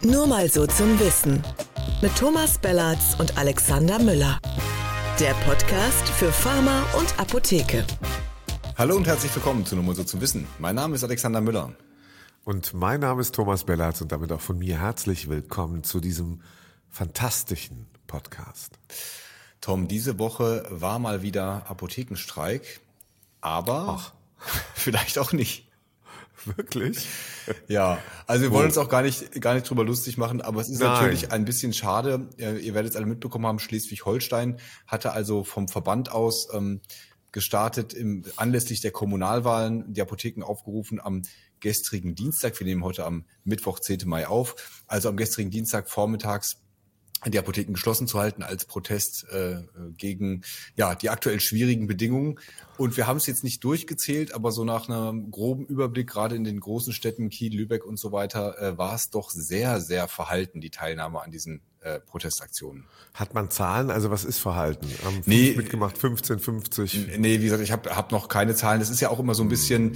Nur mal so zum Wissen. Mit Thomas Bellatz und Alexander Müller. Der Podcast für Pharma und Apotheke. Hallo und herzlich willkommen zu Nur mal so zum Wissen. Mein Name ist Alexander Müller. Und mein Name ist Thomas Bellatz und damit auch von mir herzlich willkommen zu diesem fantastischen Podcast. Tom, diese Woche war mal wieder Apothekenstreik, aber vielleicht auch nicht. Wirklich? Ja, also wir wollen uns auch gar nicht drüber lustig machen, aber es ist natürlich ein bisschen schade. Ihr werdet es alle mitbekommen haben, Schleswig-Holstein hatte also vom Verband aus gestartet, anlässlich der Kommunalwahlen die Apotheken aufgerufen am gestrigen Dienstag. Wir nehmen heute am Mittwoch, 10. Mai auf. Also am gestrigen Dienstag vormittags die Apotheken geschlossen zu halten als Protest gegen die aktuell schwierigen Bedingungen. Und wir haben es jetzt nicht durchgezählt, aber so nach einem groben Überblick, gerade in den großen Städten Kiel, Lübeck und so weiter, war es doch sehr, sehr verhalten, die Teilnahme an diesen Protestaktionen. Hat man Zahlen? Also was ist Verhalten? Haben mitgemacht, 15, 50? Nee, wie gesagt, ich hab noch keine Zahlen. Das ist ja auch immer so ein bisschen...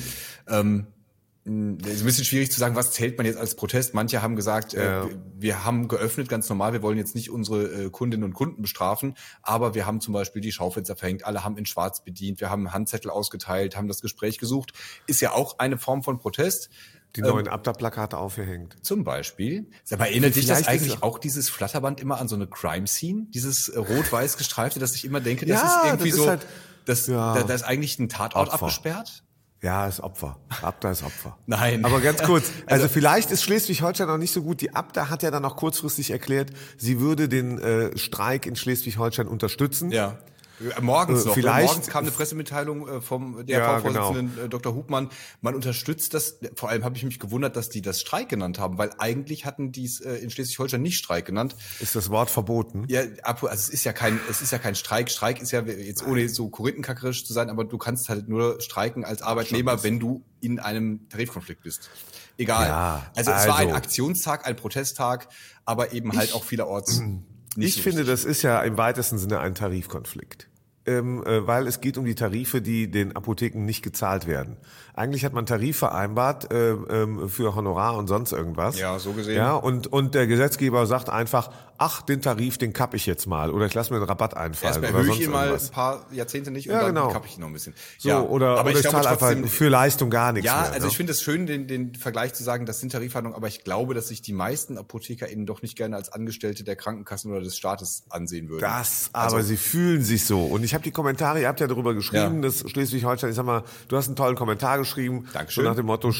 ist ein bisschen schwierig zu sagen, was zählt man jetzt als Protest. Manche haben gesagt, wir haben geöffnet, ganz normal, wir wollen jetzt nicht unsere Kundinnen und Kunden bestrafen, aber wir haben zum Beispiel die Schaufenster verhängt, alle haben in Schwarz bedient, wir haben Handzettel ausgeteilt, haben das Gespräch gesucht. Ist ja auch eine Form von Protest. Die neuen Abda-Plakate aufgehängt. Zum Beispiel. Aber erinnert dich das eigentlich auch dieses Flatterband immer an so eine Crime-Scene? Dieses rot-weiß gestreifte, dass ich immer denke, das ist irgendwie so, da ist eigentlich ein Tatort abgesperrt? Ja, ist Opfer. Abda ist Opfer. Nein. Aber ganz kurz, also vielleicht ist Schleswig-Holstein noch nicht so gut. Die Abda hat ja dann auch kurzfristig erklärt, sie würde den Streik in Schleswig-Holstein unterstützen. Ja. Morgens noch. Vielleicht, morgens kam eine Pressemitteilung vom DRV-Vorsitzenden Dr. Hubmann. Man unterstützt das. Vor allem habe ich mich gewundert, dass die das Streik genannt haben, weil eigentlich hatten die es in Schleswig-Holstein nicht Streik genannt. Ist das Wort verboten? Ja, also es ist ja kein Streik. Streik ist ja jetzt ohne so korinthenkackerisch zu sein, aber du kannst halt nur streiken als Arbeitnehmer, wenn du in einem Tarifkonflikt bist. Egal. Ja, also es war ein Aktionstag, ein Protesttag, aber eben halt auch vielerorts. Ich finde, das ist ja im weitesten Sinne ein Tarifkonflikt. Weil es geht um die Tarife, die den Apotheken nicht gezahlt werden. Eigentlich hat man Tarif vereinbart für Honorar und sonst irgendwas. Ja, so gesehen. Ja, und der Gesetzgeber sagt einfach, den Tarif, den kapp ich jetzt mal oder ich lasse mir einen Rabatt einfallen. Erst erhöhe ich ihn mal ein paar Jahrzehnte nicht und dann kapp ich ihn noch ein bisschen. So, oder ich zahle einfach für Leistung gar nichts mehr. Ja, also ich finde es schön, den Vergleich zu sagen, das sind Tarifverhandlungen, aber ich glaube, dass sich die meisten ApothekerInnen doch nicht gerne als Angestellte der Krankenkassen oder des Staates ansehen würden. Aber sie fühlen sich so. Und ich habe die Kommentare, ihr habt ja darüber geschrieben, dass Schleswig-Holstein, ich sag mal, du hast einen tollen Kommentar geschrieben. Dankeschön. So nach dem Motto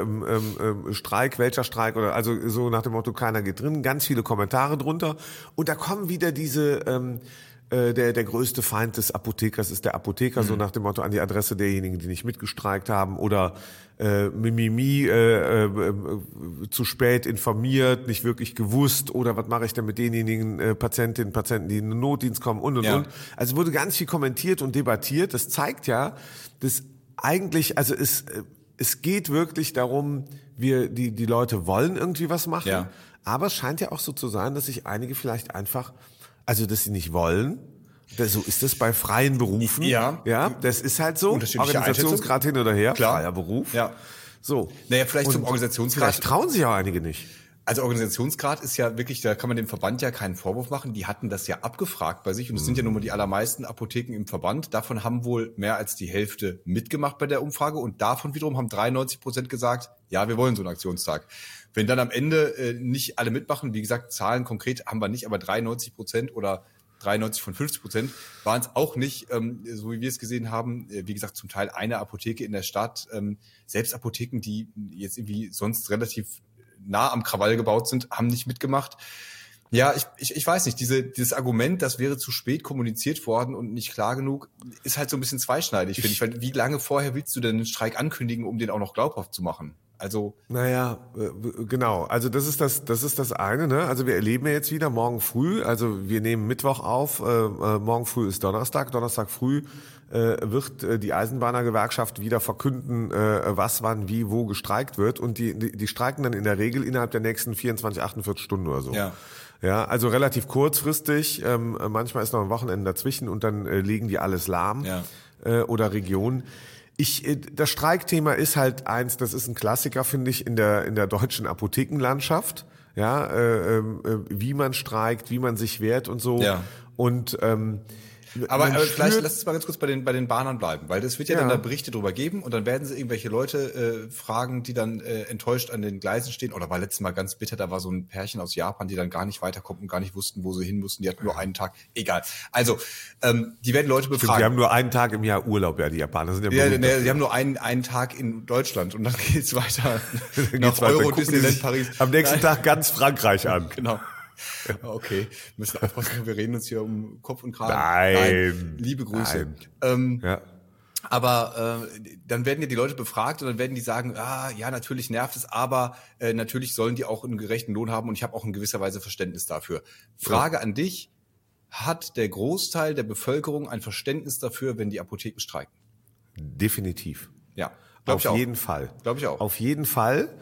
Streik, welcher Streik oder also so nach dem Motto keiner geht drin, ganz viele Kommentare drunter und da kommen wieder diese der größte Feind des Apothekers ist der Apotheker, so nach dem Motto an die Adresse derjenigen, die nicht mitgestreikt haben oder zu spät informiert, nicht wirklich gewusst oder was mache ich denn mit denjenigen Patientinnen, Patienten, die in den Notdienst kommen und. Also wurde ganz viel kommentiert und debattiert. Das zeigt ja, dass eigentlich, also es geht wirklich darum, die Leute wollen irgendwie was machen, aber es scheint ja auch so zu sein, dass sich einige vielleicht einfach, also dass sie nicht wollen. So ist das bei freien Berufen. Ja, das ist halt so. Organisationsgrad hin oder her. Klar. Freier Beruf. Ja. So. Naja, vielleicht zum Organisationsgrad. Vielleicht trauen sich auch einige nicht. Also Organisationsgrad ist ja wirklich, da kann man dem Verband ja keinen Vorwurf machen. Die hatten das ja abgefragt bei sich und es sind ja nun mal die allermeisten Apotheken im Verband. Davon haben wohl mehr als die Hälfte mitgemacht bei der Umfrage und davon wiederum haben 93% gesagt, ja, wir wollen so einen Aktionstag. Wenn dann am Ende nicht alle mitmachen, wie gesagt, Zahlen konkret haben wir nicht, aber 93% oder 93 von 50% waren es auch nicht, so wie wir es gesehen haben, wie gesagt, zum Teil eine Apotheke in der Stadt, selbst Apotheken, die jetzt irgendwie sonst relativ nah am Krawall gebaut sind, haben nicht mitgemacht. Ja, ich weiß nicht, dieses Argument, das wäre zu spät kommuniziert worden und nicht klar genug, ist halt so ein bisschen zweischneidig, finde ich. Weil wie lange vorher willst du denn einen Streik ankündigen, um den auch noch glaubhaft zu machen? Also genau. Also das ist das eine. Ne? Also wir erleben ja jetzt wieder morgen früh. Also wir nehmen Mittwoch auf. Morgen früh ist Donnerstag. Donnerstag früh wird die Eisenbahnergewerkschaft wieder verkünden, was, wann, wie, wo gestreikt wird. Und die streiken dann in der Regel innerhalb der nächsten 24, 48 Stunden oder so. Ja, also relativ kurzfristig. Manchmal ist noch ein Wochenende dazwischen und dann legen die alles lahm oder Regionen. Das Streikthema ist halt eins, das ist ein Klassiker, finde ich, in der deutschen Apothekenlandschaft. ja, wie man streikt, wie man sich wehrt und so. Ja. Und aber vielleicht lass uns mal ganz kurz bei den Bahnern bleiben, weil es wird ja dann da Berichte drüber geben und dann werden sie irgendwelche Leute fragen, die dann enttäuscht an den Gleisen stehen. Oder war letztes Mal ganz bitter, da war so ein Pärchen aus Japan, die dann gar nicht weiterkommen und gar nicht wussten, wo sie hin mussten. Die hatten nur einen Tag. Egal. Also, die werden Leute befragen. Die haben nur einen Tag im Jahr Urlaub, ja, die Japaner sind ja die haben nur einen Tag in Deutschland und dann geht's weiter nach Euro Disneyland Paris. Am nächsten Tag ganz Frankreich an. Genau. Okay, müssen aufpassen, wir reden uns hier um Kopf und Kragen. Nein. Liebe Grüße. Ja. Aber dann werden ja die Leute befragt und dann werden die sagen, ja, natürlich nervt es, aber natürlich sollen die auch einen gerechten Lohn haben und ich habe auch in gewisser Weise Verständnis dafür. Frage an dich, hat der Großteil der Bevölkerung ein Verständnis dafür, wenn die Apotheken streiken? Definitiv. Ja, Auf jeden Fall. Glaube ich auch. Auf jeden Fall.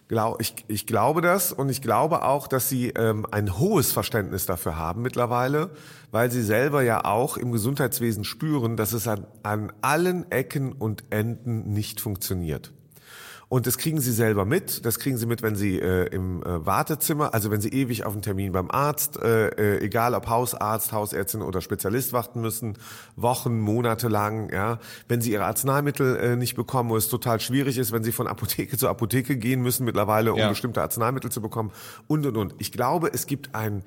Ich glaube das und ich glaube auch, dass sie ein hohes Verständnis dafür haben mittlerweile, weil sie selber ja auch im Gesundheitswesen spüren, dass es an allen Ecken und Enden nicht funktioniert. Und das kriegen sie selber mit. Das kriegen sie mit, wenn sie im Wartezimmer, also wenn sie ewig auf einen Termin beim Arzt, egal ob Hausarzt, Hausärztin oder Spezialist warten müssen, Wochen, Monate lang, ja. Wenn sie ihre Arzneimittel nicht bekommen, wo es total schwierig ist, wenn sie von Apotheke zu Apotheke gehen müssen mittlerweile, um bestimmte Arzneimittel zu bekommen und. Ich glaube, es gibt ein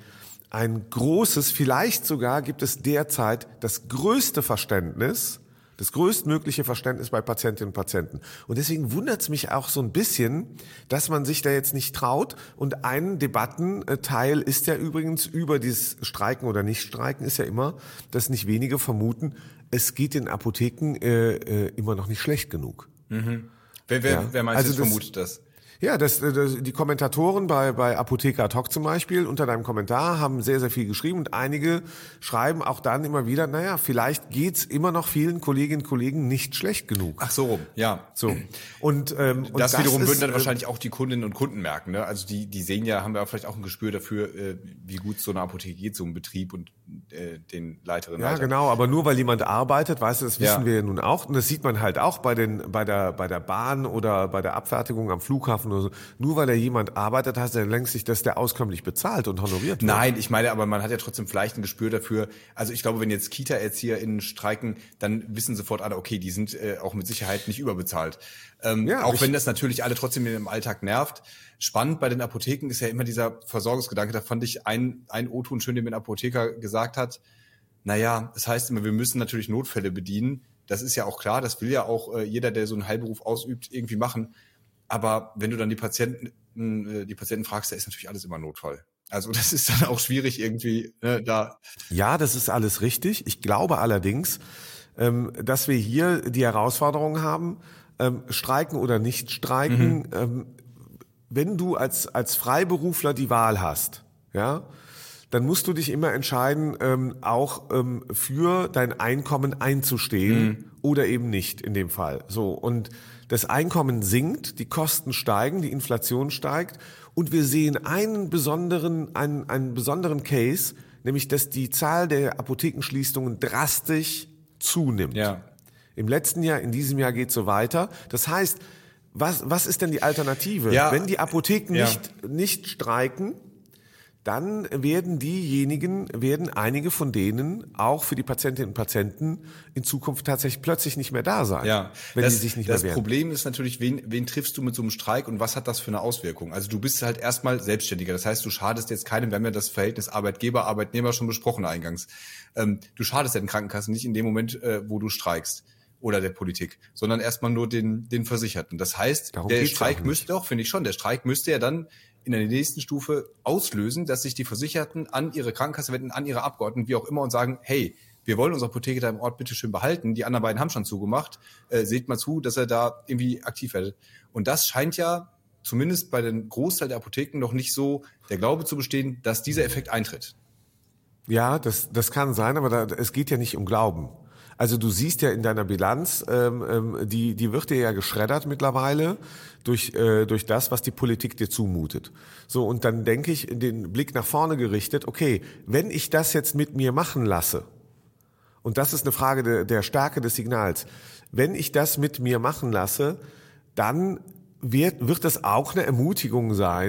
großes, vielleicht sogar gibt es derzeit das größte Verständnis, das größtmögliche Verständnis bei Patientinnen und Patienten. Und deswegen wundert es mich auch so ein bisschen, dass man sich da jetzt nicht traut. Und ein Debattenteil ist ja übrigens über dieses Streiken oder Nicht-Streiken ist ja immer, dass nicht wenige vermuten, es geht den Apotheken immer noch nicht schlecht genug. Mhm. Wer meinst du, vermutet das? Ja, die Kommentatoren bei Apotheker ad hoc zum Beispiel unter deinem Kommentar haben sehr, sehr viel geschrieben und einige schreiben auch dann immer wieder, naja, vielleicht geht's immer noch vielen Kolleginnen und Kollegen nicht schlecht genug. Ach so rum, ja. So. Und das wiederum würden dann wahrscheinlich auch die Kundinnen und Kunden merken, ne? Also die sehen ja, haben ja vielleicht auch ein Gespür dafür, wie gut so eine Apotheke geht, so ein Betrieb und den Leiterinnen. Ja, genau, aber nur weil jemand arbeitet, weißt du, das wissen wir ja nun auch und das sieht man halt auch bei der Bahn oder bei der Abfertigung am Flughafen oder so. Nur weil da jemand arbeitet, heißt er längst nicht, dass der auskömmlich bezahlt und honoriert wird. Nein, ich meine, aber man hat ja trotzdem vielleicht ein Gespür dafür. Also ich glaube, wenn jetzt KitaerzieherInnen streiken, dann wissen sofort alle, okay, die sind auch mit Sicherheit nicht überbezahlt. Auch wenn das natürlich alle trotzdem im Alltag nervt. Spannend bei den Apotheken ist ja immer dieser Versorgungsgedanke. Da fand ich ein O-Ton schön, den mir ein Apotheker gesagt hat. Naja, das heißt immer, wir müssen natürlich Notfälle bedienen. Das ist ja auch klar. Das will ja auch jeder, der so einen Heilberuf ausübt, irgendwie machen. Aber wenn du dann die Patienten fragst, da ist natürlich alles immer Notfall. Also das ist dann auch schwierig irgendwie da. Ja, das ist alles richtig. Ich glaube allerdings, dass wir hier die Herausforderung haben, streiken oder nicht streiken. Wenn du als Freiberufler die Wahl hast, ja, dann musst du dich immer entscheiden, auch für dein Einkommen einzustehen oder eben nicht in dem Fall. So, und das Einkommen sinkt, die Kosten steigen, die Inflation steigt und wir sehen einen besonderen Case, nämlich dass die Zahl der Apothekenschließungen drastisch zunimmt. Ja. Im letzten Jahr, in diesem Jahr geht es so weiter. Das heißt, was ist denn die Alternative? Ja. Wenn die Apotheken nicht streiken, dann werden einige von denen auch für die Patientinnen und Patienten in Zukunft tatsächlich plötzlich nicht mehr da sein, wenn die sich nicht mehr wehren. Das Problem ist natürlich, wen triffst du mit so einem Streik und was hat das für eine Auswirkung? Also du bist halt erstmal Selbstständiger, das heißt, du schadest jetzt keinem, wir haben ja das Verhältnis Arbeitgeber-Arbeitnehmer schon besprochen eingangs. Du schadest ja den Krankenkassen nicht in dem Moment, wo du streikst oder der Politik, sondern erstmal nur den Versicherten. Das heißt, der Streik der Streik müsste ja dann in der nächsten Stufe auslösen, dass sich die Versicherten an ihre Krankenkasse wenden, an ihre Abgeordneten, wie auch immer, und sagen, hey, wir wollen unsere Apotheke da im Ort bitte schön behalten, die anderen beiden haben schon zugemacht, seht mal zu, dass er da irgendwie aktiv werdet. Und das scheint ja zumindest bei dem Großteil der Apotheken noch nicht so der Glaube zu bestehen, dass dieser Effekt eintritt. Ja, das kann sein, aber es geht ja nicht um Glauben. Also du siehst ja in deiner Bilanz, die wird dir ja geschreddert mittlerweile durch das, was die Politik dir zumutet. So, und dann denke ich, den Blick nach vorne gerichtet, okay, wenn ich das jetzt mit mir machen lasse, und das ist eine Frage der Stärke des Signals, wenn ich das mit mir machen lasse, dann wird das auch eine Ermutigung sein,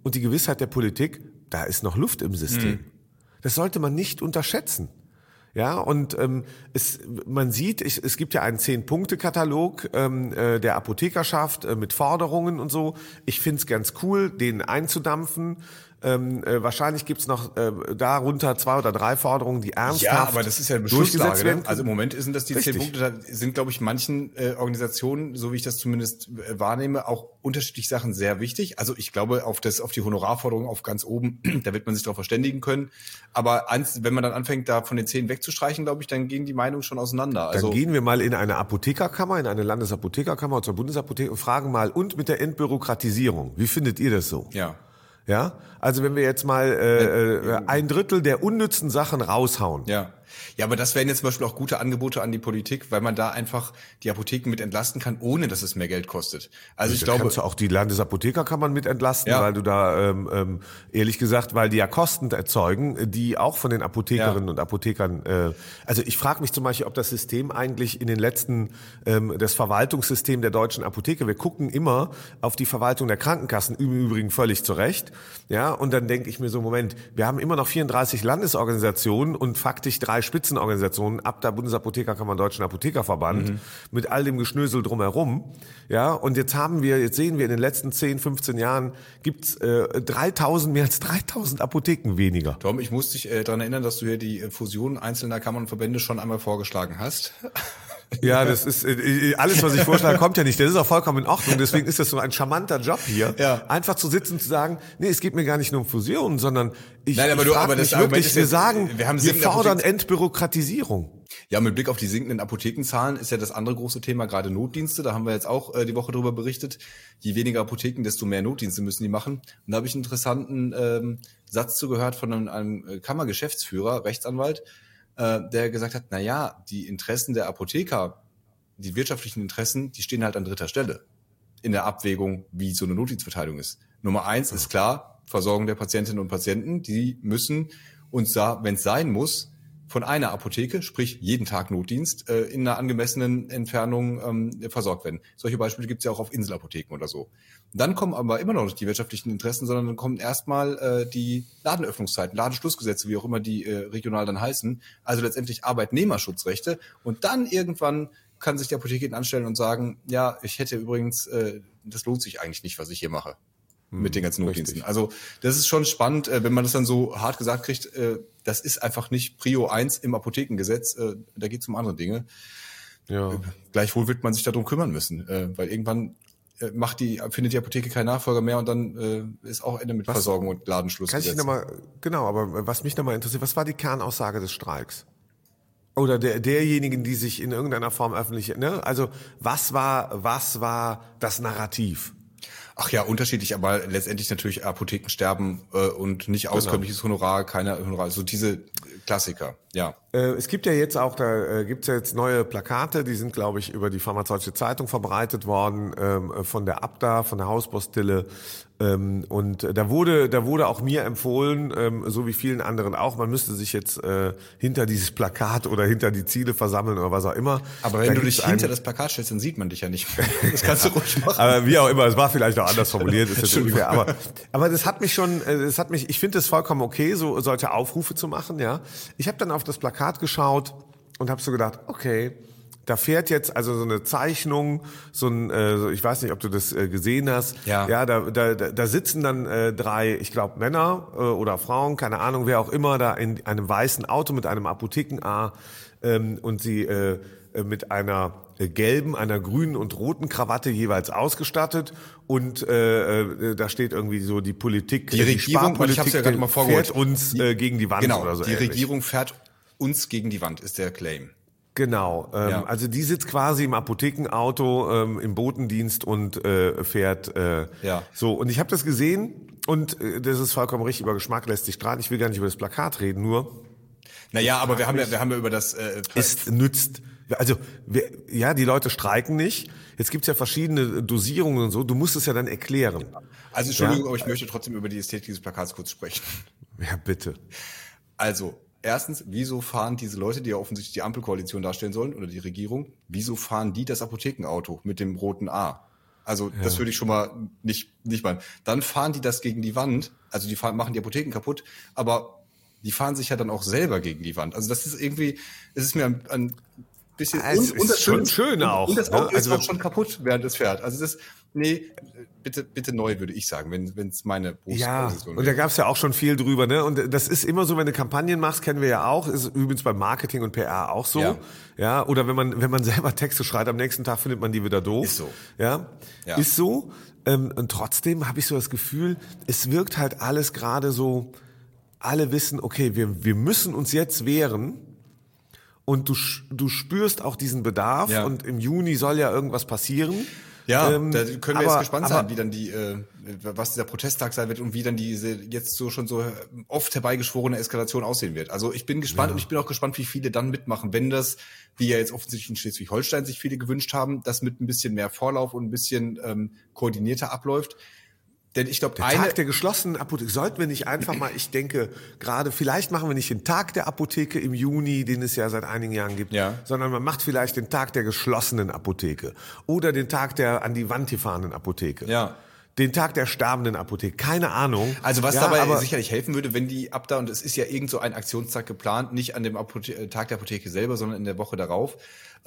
und die Gewissheit der Politik, da ist noch Luft im System. Das sollte man nicht unterschätzen. Ja, und man sieht, es gibt ja einen 10-Punkte-Katalog der Apothekerschaft mit Forderungen und so. Ich find's ganz cool, den einzudampfen. Wahrscheinlich gibt's noch darunter 2 oder 3 Forderungen, die ernsthaft Ja, aber das ist ja eine durchgesetzt Beschlusslage. werden. Ne? Also im Moment sind das die 10 Punkte, da sind, glaube ich, manchen Organisationen, so wie ich das zumindest wahrnehme, auch unterschiedliche Sachen sehr wichtig. Also ich glaube, auf die Honorarforderung auf ganz oben, da wird man sich darauf verständigen können. Aber wenn man dann anfängt, da von den 10 wegzustreichen, glaube ich, dann gehen die Meinungen schon auseinander. Dann gehen wir mal in eine Apothekerkammer, in eine Landesapothekerkammer oder zur Bundesapotheke und fragen mal, und mit der Entbürokratisierung, wie findet ihr das so? Ja. Ja, also wenn wir jetzt mal 1/3 der unnützen Sachen raushauen. Ja, aber das wären jetzt zum Beispiel auch gute Angebote an die Politik, weil man da einfach die Apotheken mit entlasten kann, ohne dass es mehr Geld kostet. Also ich glaube, kannst du auch die Landesapothekerkammern mit entlasten, weil du da ehrlich gesagt, weil die ja Kosten erzeugen, die auch von den Apothekerinnen und Apothekern. Also ich frage mich zum Beispiel, ob das System eigentlich in den letzten das Verwaltungssystem der deutschen Apotheke. Wir gucken immer auf die Verwaltung der Krankenkassen, im Übrigen völlig zu Recht. Ja, und dann denke ich mir so, Moment, wir haben immer noch 34 Landesorganisationen und faktisch 3 Spitzenorganisationen ab der Bundesapothekerkammer, Deutschen Apothekerverband, mit all dem Geschnösel drumherum. Ja, und jetzt sehen wir in den letzten 10, 15 Jahren gibt's mehr als 3000 Apotheken weniger. Tom, ich muss dich daran erinnern, dass du hier die Fusion einzelner Kammern und Verbände schon einmal vorgeschlagen hast. Ja, das ist alles, was ich vorschlage, kommt ja nicht. Das ist auch vollkommen in Ordnung. Deswegen ist das so ein charmanter Job hier, einfach zu sitzen und zu sagen, nee, es geht mir gar nicht nur um Fusionen, sondern wir fordern Entbürokratisierung. Ja, mit Blick auf die sinkenden Apothekenzahlen ist ja das andere große Thema gerade Notdienste. Da haben wir jetzt auch die Woche drüber berichtet. Je weniger Apotheken, desto mehr Notdienste müssen die machen. Und da habe ich einen interessanten Satz zugehört von einem Kammergeschäftsführer, Rechtsanwalt, der gesagt hat, die Interessen der Apotheker, die wirtschaftlichen Interessen, die stehen halt an dritter Stelle in der Abwägung, wie so eine Notdienstverteilung ist. Nummer 1 ist klar, Versorgung der Patientinnen und Patienten, die müssen uns da, wenn es sein muss, von einer Apotheke, sprich jeden Tag Notdienst, in einer angemessenen Entfernung versorgt werden. Solche Beispiele gibt es ja auch auf Inselapotheken oder so. Dann kommen aber immer noch nicht die wirtschaftlichen Interessen, sondern dann kommen erstmal die Ladenöffnungszeiten, Ladenschlussgesetze, wie auch immer die regional dann heißen, also letztendlich Arbeitnehmerschutzrechte. Und dann irgendwann kann sich die Apotheke anstellen und sagen, ja, ich hätte übrigens, das lohnt sich eigentlich nicht, was ich hier mache. Mit den ganzen Notdiensten. Richtig. Also das ist schon spannend, wenn man das dann so hart gesagt kriegt, das ist einfach nicht Prio 1 im Apothekengesetz, da geht es um andere Dinge. Ja. Gleichwohl wird man sich darum kümmern müssen, weil irgendwann findet die Apotheke keinen Nachfolger mehr und dann ist auch Ende mit Versorgung und Ladenschluss. Kann ich nochmal, genau, aber was mich nochmal interessiert, was war die Kernaussage des Streiks? Oder derjenigen, die sich in irgendeiner Form öffentlich, ne? Also was war das Narrativ? Ach ja, unterschiedlich, aber letztendlich natürlich Apothekensterben und nicht auskömmliches Honorar, keiner Honorar, so diese Klassiker, ja. Es gibt ja jetzt auch, gibt's ja jetzt neue Plakate, die sind, glaube ich, über die Pharmazeutische Zeitung verbreitet worden, von der Abda, von der Hausbostille. Und da wurde auch mir empfohlen, so wie vielen anderen auch, man müsste sich jetzt hinter dieses Plakat oder hinter die Ziele versammeln oder was auch immer. Aber wenn du dich hinter das Plakat stellst, dann sieht man dich ja nicht mehr. Das kannst du ruhig machen. Aber wie auch immer, es war vielleicht auch anders formuliert, ist jetzt ungefähr. Aber das hat mich ich finde es vollkommen okay, so solche Aufrufe zu machen, ja. Ich habe dann auf das Plakat geschaut und habe so gedacht, okay, da fährt jetzt also so eine Zeichnung, ich weiß nicht, ob du das gesehen hast. Ja, da sitzen dann 3, ich glaube Männer oder Frauen, keine Ahnung, wer auch immer, da in einem weißen Auto mit einem Apotheken-A und sie mit einer gelben, einer grünen und roten Krawatte jeweils ausgestattet und da steht irgendwie so die Politik, die Regierung, ich hab's ja gerade mal vorgeholt, fährt uns gegen die Wand genau, oder so. Die ähnlich. Regierung fährt uns gegen die Wand, ist der Claim. Genau, also die sitzt quasi im Apothekenauto im Botendienst und fährt so. Und ich habe das gesehen und das ist vollkommen richtig, über Geschmack lässt sich streiten. Ich will gar nicht über das Plakat reden, nur. Naja, aber wir haben ja über das es nützt. Also die Leute streiken nicht. Jetzt gibt's ja verschiedene Dosierungen und so. Du musst es ja dann erklären. Also Entschuldigung, aber ich möchte trotzdem über die Ästhetik dieses Plakats kurz sprechen. Ja, bitte. Also erstens, wieso fahren diese Leute, die ja offensichtlich die Ampelkoalition darstellen sollen oder die Regierung, wieso fahren die das Apothekenauto mit dem roten A? Also das würde ich schon mal nicht machen. Dann fahren die das gegen die Wand, also machen die Apotheken kaputt, aber die fahren sich ja dann auch selber gegen die Wand. Also das ist irgendwie, es ist mir ein bisschen und das schon schön auch. Und das Auto ne? ist auch schon kaputt, während es fährt. Also bitte neu, würde ich sagen, wenn es meine Berufsposition und da gab es ja auch schon viel drüber, ne? Und das ist immer so, wenn du Kampagnen machst, kennen wir ja auch, ist übrigens beim Marketing und PR auch so. Ja, oder wenn man selber Texte schreibt, am nächsten Tag findet man die wieder doof. Ist so. Ja. Ist so. Und trotzdem habe ich so das Gefühl, es wirkt halt alles gerade so, alle wissen, okay, wir müssen uns jetzt wehren. Und du spürst auch diesen Bedarf und im Juni soll ja irgendwas passieren. Ja, da können wir jetzt gespannt sein, wie dann was dieser Protesttag sein wird und wie dann diese jetzt schon so oft herbeigeschworene Eskalation aussehen wird. Also ich bin gespannt und ich bin auch gespannt, wie viele dann mitmachen, wenn das, wie ja jetzt offensichtlich in Schleswig-Holstein sich viele gewünscht haben, das mit ein bisschen mehr Vorlauf und ein bisschen koordinierter abläuft. Denn ich glaube, Tag der geschlossenen Apotheke, sollten wir nicht einfach mal, ich denke, gerade vielleicht machen wir nicht den Tag der Apotheke im Juni, den es ja seit einigen Jahren gibt, sondern man macht vielleicht den Tag der geschlossenen Apotheke oder den Tag der an die Wand gefahrenen Apotheke. Ja. Den Tag der sterbenden Apotheke, keine Ahnung. Also was dabei sicherlich helfen würde, wenn die ab da, und es ist ja irgend so ein Aktionstag geplant, nicht an dem Tag der Apotheke selber, sondern in der Woche darauf.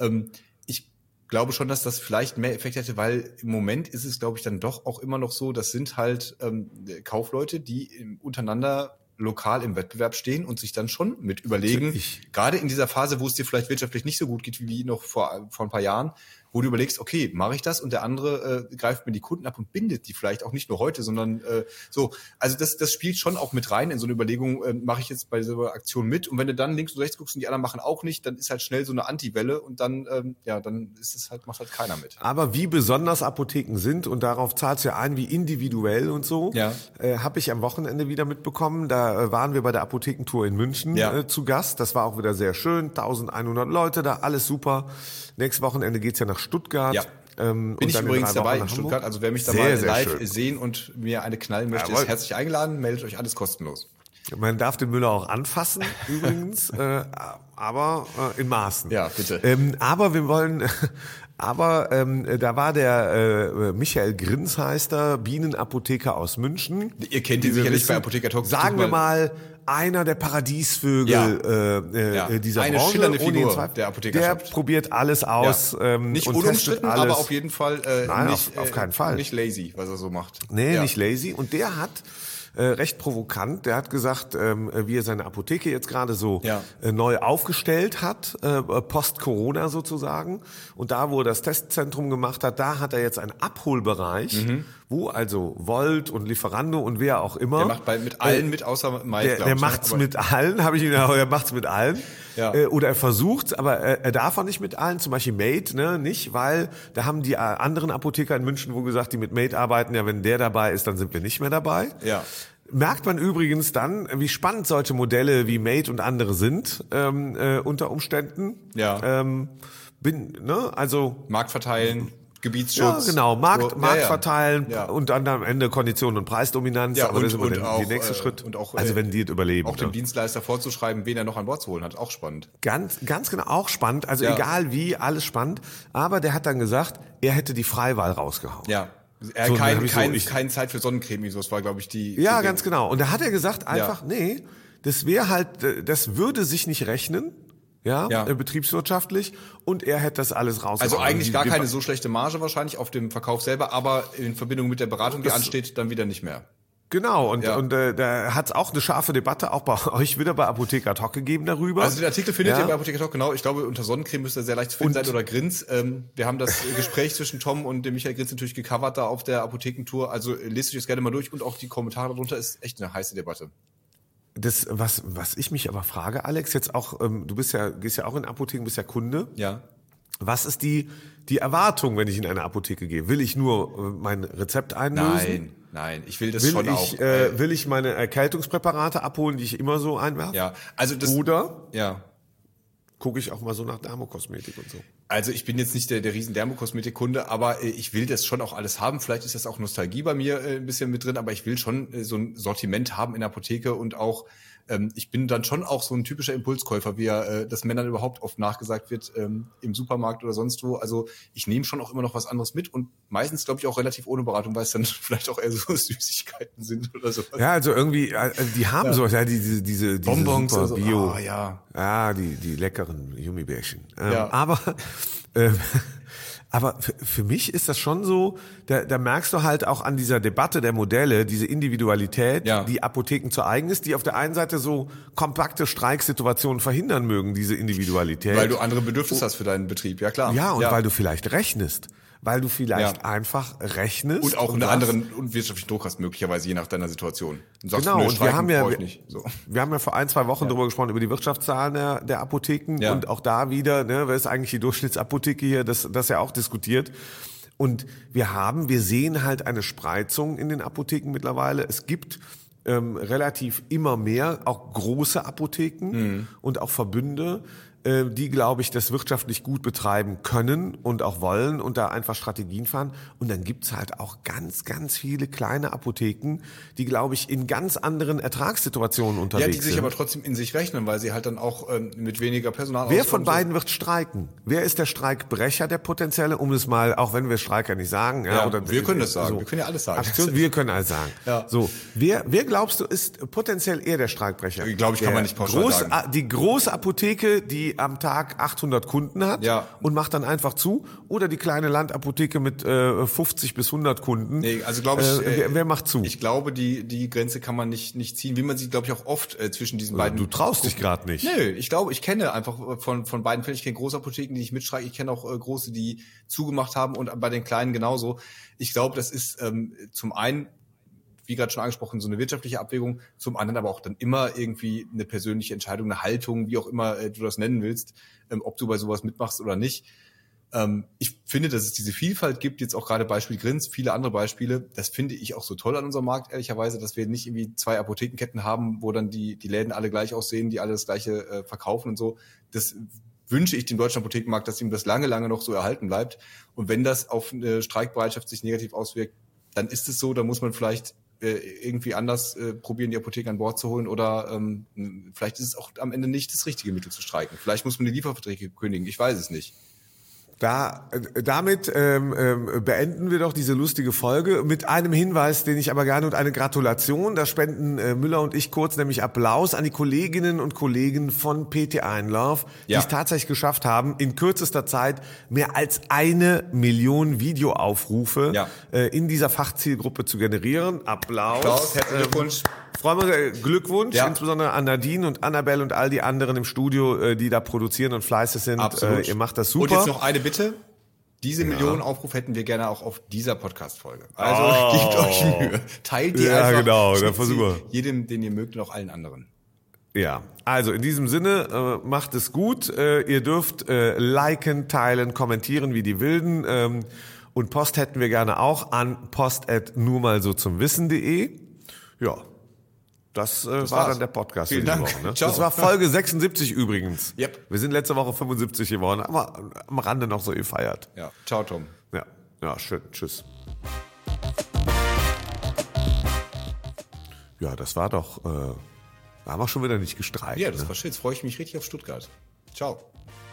Ich glaube schon, dass das vielleicht mehr Effekt hätte, weil im Moment ist es, glaube ich, dann doch auch immer noch so, das sind halt Kaufleute, die untereinander lokal im Wettbewerb stehen und sich dann schon mit überlegen, gerade in dieser Phase, wo es dir vielleicht wirtschaftlich nicht so gut geht wie noch vor ein paar Jahren, wo du überlegst, okay, mache ich das? Und der andere greift mir die Kunden ab und bindet die vielleicht auch nicht nur heute, sondern so. Also das spielt schon auch mit rein in so eine Überlegung, mache ich jetzt bei so einer Aktion mit? Und wenn du dann links und rechts guckst und die anderen machen auch nicht, dann ist halt schnell so eine Anti-Welle und dann dann ist es halt, macht halt keiner mit. Aber wie besonders Apotheken sind, und darauf zahlt es ja ein, wie individuell und so, habe ich am Wochenende wieder mitbekommen. Da waren wir bei der Apothekentour in München zu Gast. Das war auch wieder sehr schön. 1100 Leute da, alles super. Nächstes Wochenende geht's ja nach Stuttgart. Ja. Bin ich übrigens dabei in Stuttgart. Also wer mich da mal live sehen und mir eine knallen möchte, ist herzlich eingeladen. Meldet euch, alles kostenlos. Man darf den Müller auch anfassen, übrigens, aber in Maßen. Ja, bitte. Aber wir wollen, da war der Michael Grins, heißt er, Bienenapotheker aus München. Ihr kennt ihn sicherlich bei Apotheker Talk. Sagen wir mal, einer der Paradiesvögel dieser eine Branche. Schillernde Figur der Apothekerschaft. Der probiert alles aus. Nicht und unumstritten, testet alles. aber auf jeden Fall Nein, nicht, auf keinen Fall. Nicht lazy, was er so macht. Nee, nicht lazy. Und der hat recht provokant. Der hat gesagt, wie er seine Apotheke jetzt gerade so neu aufgestellt hat, post-Corona sozusagen. Und da, wo er das Testzentrum gemacht hat, da hat er jetzt einen Abholbereich, wo also Volt und Lieferando und wer auch immer. Der macht mit allen mit, außer Mike, der macht's mit allen, er macht's mit allen. Ja. Oder er versucht's, aber er darf auch nicht mit allen, zum Beispiel Made, ne, nicht, weil da haben die anderen Apotheker in München wohl gesagt, die mit Made arbeiten, ja, wenn der dabei ist, dann sind wir nicht mehr dabei. Ja. Merkt man übrigens dann, wie spannend solche Modelle wie Made und andere sind, unter Umständen. Ja. Also Markt verteilen. Gebietsschutz. Ja, genau. Markt verteilen und dann am Ende Konditionen und Preisdominanz. Ja, aber das ist und der nächste Schritt. Und auch, also wenn die es überleben. Auch dem Dienstleister vorzuschreiben, wen er noch an Bord zu holen hat. Auch spannend. Ganz genau. Auch spannend. Also egal wie, alles spannend. Aber der hat dann gesagt, er hätte die Freiwahl rausgehauen. Ja. Er keine Zeit für Sonnencreme, so, das war, glaube ich, die. Ja, ganz genau. Und da hat er gesagt einfach, nee, das wäre halt, das würde sich nicht rechnen. Ja, betriebswirtschaftlich, und er hätte das alles rausgehauen. Also eigentlich gar keine so schlechte Marge wahrscheinlich auf dem Verkauf selber, aber in Verbindung mit der Beratung, die ansteht, dann wieder nicht mehr. Genau, und da hat es auch eine scharfe Debatte auch bei euch wieder bei Apotheker Talk gegeben darüber. Also den Artikel findet ihr bei Apotheker Talk, genau. Ich glaube, unter Sonnencreme müsste er sehr leicht zu finden sein, oder Grins. Wir haben das Gespräch zwischen Tom und dem Michael Grins natürlich gecovert da auf der Apothekentour. Also lest euch das gerne mal durch, und auch die Kommentare darunter, ist echt eine heiße Debatte. Das, was ich mich aber frage, Alex, jetzt auch, du gehst ja auch in Apotheken, bist ja Kunde. Ja. Was ist die Erwartung, wenn ich in eine Apotheke gehe? Will ich nur mein Rezept einlösen? Nein, ich will das schon auch. Will ich meine Erkältungspräparate abholen, die ich immer so einwerfe? Ja, also das. Oder gucke ich auch mal so nach Dermokosmetik und so. Also ich bin jetzt nicht der riesen Dermokosmetikkunde, aber ich will das schon auch alles haben. Vielleicht ist das auch Nostalgie bei mir ein bisschen mit drin, aber ich will schon so ein Sortiment haben in der Apotheke und auch ich bin dann schon auch so ein typischer Impulskäufer, wie das Männern überhaupt oft nachgesagt wird im Supermarkt oder sonst wo. Also ich nehme schon auch immer noch was anderes mit und meistens, glaube ich, auch relativ ohne Beratung, weil es dann vielleicht auch eher so Süßigkeiten sind oder so. Ja, also irgendwie, die haben sowas, ja, diese Bonbons super oder so. Bio. Ah, ja. Ja, die leckeren Gummibärchen. Ja. Aber für mich ist das schon so, da merkst du halt auch an dieser Debatte der Modelle, diese Individualität, die Apotheken zu eigen ist, die auf der einen Seite so kompakte Streiksituationen verhindern mögen, diese Individualität. Weil du andere Bedürfnisse hast für deinen Betrieb, ja klar. Ja, und weil du vielleicht rechnest. Weil du vielleicht einfach rechnest. Und auch einen anderen wirtschaftlichen Druck hast, möglicherweise, je nach deiner Situation. Und sagst, genau, und wir haben ja vor 1-2 Wochen darüber gesprochen, über die Wirtschaftszahlen der Apotheken. Ja. Und auch da wieder, ne, wer ist eigentlich die Durchschnittsapotheke hier, das ja auch diskutiert. Und wir sehen halt eine Spreizung in den Apotheken mittlerweile. Es gibt relativ immer mehr, auch große Apotheken und auch Verbünde, die, glaube ich, das wirtschaftlich gut betreiben können und auch wollen und da einfach Strategien fahren. Und dann gibt's halt auch ganz, ganz viele kleine Apotheken, die, glaube ich, in ganz anderen Ertragssituationen unterwegs sind. Ja, die sich aber trotzdem in sich rechnen, weil sie halt dann auch mit weniger Personal Wer von beiden wird streiken? Wer ist der Streikbrecher, der potenzielle, um es mal, auch wenn wir Streiker nicht sagen. Oder wir können das sagen, so. Wir können ja alles sagen. Wir können alles sagen. Ja. So, wer glaubst du, ist potenziell eher der Streikbrecher? Glaube ich, kann man nicht pauschal sagen. Die große Apotheke, die am Tag 800 Kunden hat und macht dann einfach zu, oder die kleine Landapotheke mit 50 bis 100 Kunden. Nee, also glaube ich, wer macht zu? Ich glaube, die Grenze kann man nicht ziehen, wie man sie, glaube ich, auch oft zwischen diesen beiden. Du traust dich gerade nicht. Nee, ich glaube, ich kenne einfach von beiden Fällen, ich kenne große Apotheken, die nicht mitstreiken, ich kenne auch große, die zugemacht haben und bei den kleinen genauso. Ich glaube, das ist zum einen, wie gerade schon angesprochen, so eine wirtschaftliche Abwägung, zum anderen aber auch dann immer irgendwie eine persönliche Entscheidung, eine Haltung, wie auch immer du das nennen willst, ob du bei sowas mitmachst oder nicht. Ich finde, dass es diese Vielfalt gibt, jetzt auch gerade Beispiel Grins, viele andere Beispiele, das finde ich auch so toll an unserem Markt, ehrlicherweise, dass wir nicht irgendwie 2 Apothekenketten haben, wo dann die Läden alle gleich aussehen, die alle das Gleiche verkaufen und so. Das wünsche ich dem deutschen Apothekenmarkt, dass ihm das lange, lange noch so erhalten bleibt. Und wenn das auf eine Streikbereitschaft sich negativ auswirkt, dann ist es so, da muss man vielleicht irgendwie anders probieren, die Apotheke an Bord zu holen oder vielleicht ist es auch am Ende nicht das richtige Mittel zu streiken. Vielleicht muss man die Lieferverträge kündigen, ich weiß es nicht. Damit beenden wir doch diese lustige Folge mit einem Hinweis, den ich aber gerne und eine Gratulation. Da spenden Müller und ich kurz nämlich Applaus an die Kolleginnen und Kollegen von PT Einlauf, die es tatsächlich geschafft haben, in kürzester Zeit mehr als 1 Million Videoaufrufe in dieser Fachzielgruppe zu generieren. Applaus, herzlichen Glückwunsch. Freuen wir uns, Glückwunsch, insbesondere an Nadine und Annabelle und all die anderen im Studio, die da produzieren und fleißig sind. Absolut. Ihr macht das super. Und jetzt noch eine Bitte. Diese Millionen Aufrufe hätten wir gerne auch auf dieser Podcast-Folge. Also gebt euch Mühe. Teilt die einfach. Ja, genau. Dann versuchen wir. Jedem, den ihr mögt und auch allen anderen. Ja, also in diesem Sinne, macht es gut. Ihr dürft liken, teilen, kommentieren wie die Wilden. Und Post hätten wir gerne auch an post@nurmalsozumwissen.de. Ja. Das war dann der Podcast für diese Woche. Ne? Das war Folge 76 übrigens. Yep. Wir sind letzte Woche 75 geworden, aber am Rande noch so gefeiert. Ja. Ciao, Tom. Ja, schön. Tschüss. Ja, das war doch, da haben wir schon wieder nicht gestreikt. Ja, das war schön. Jetzt freue ich mich richtig auf Stuttgart. Ciao.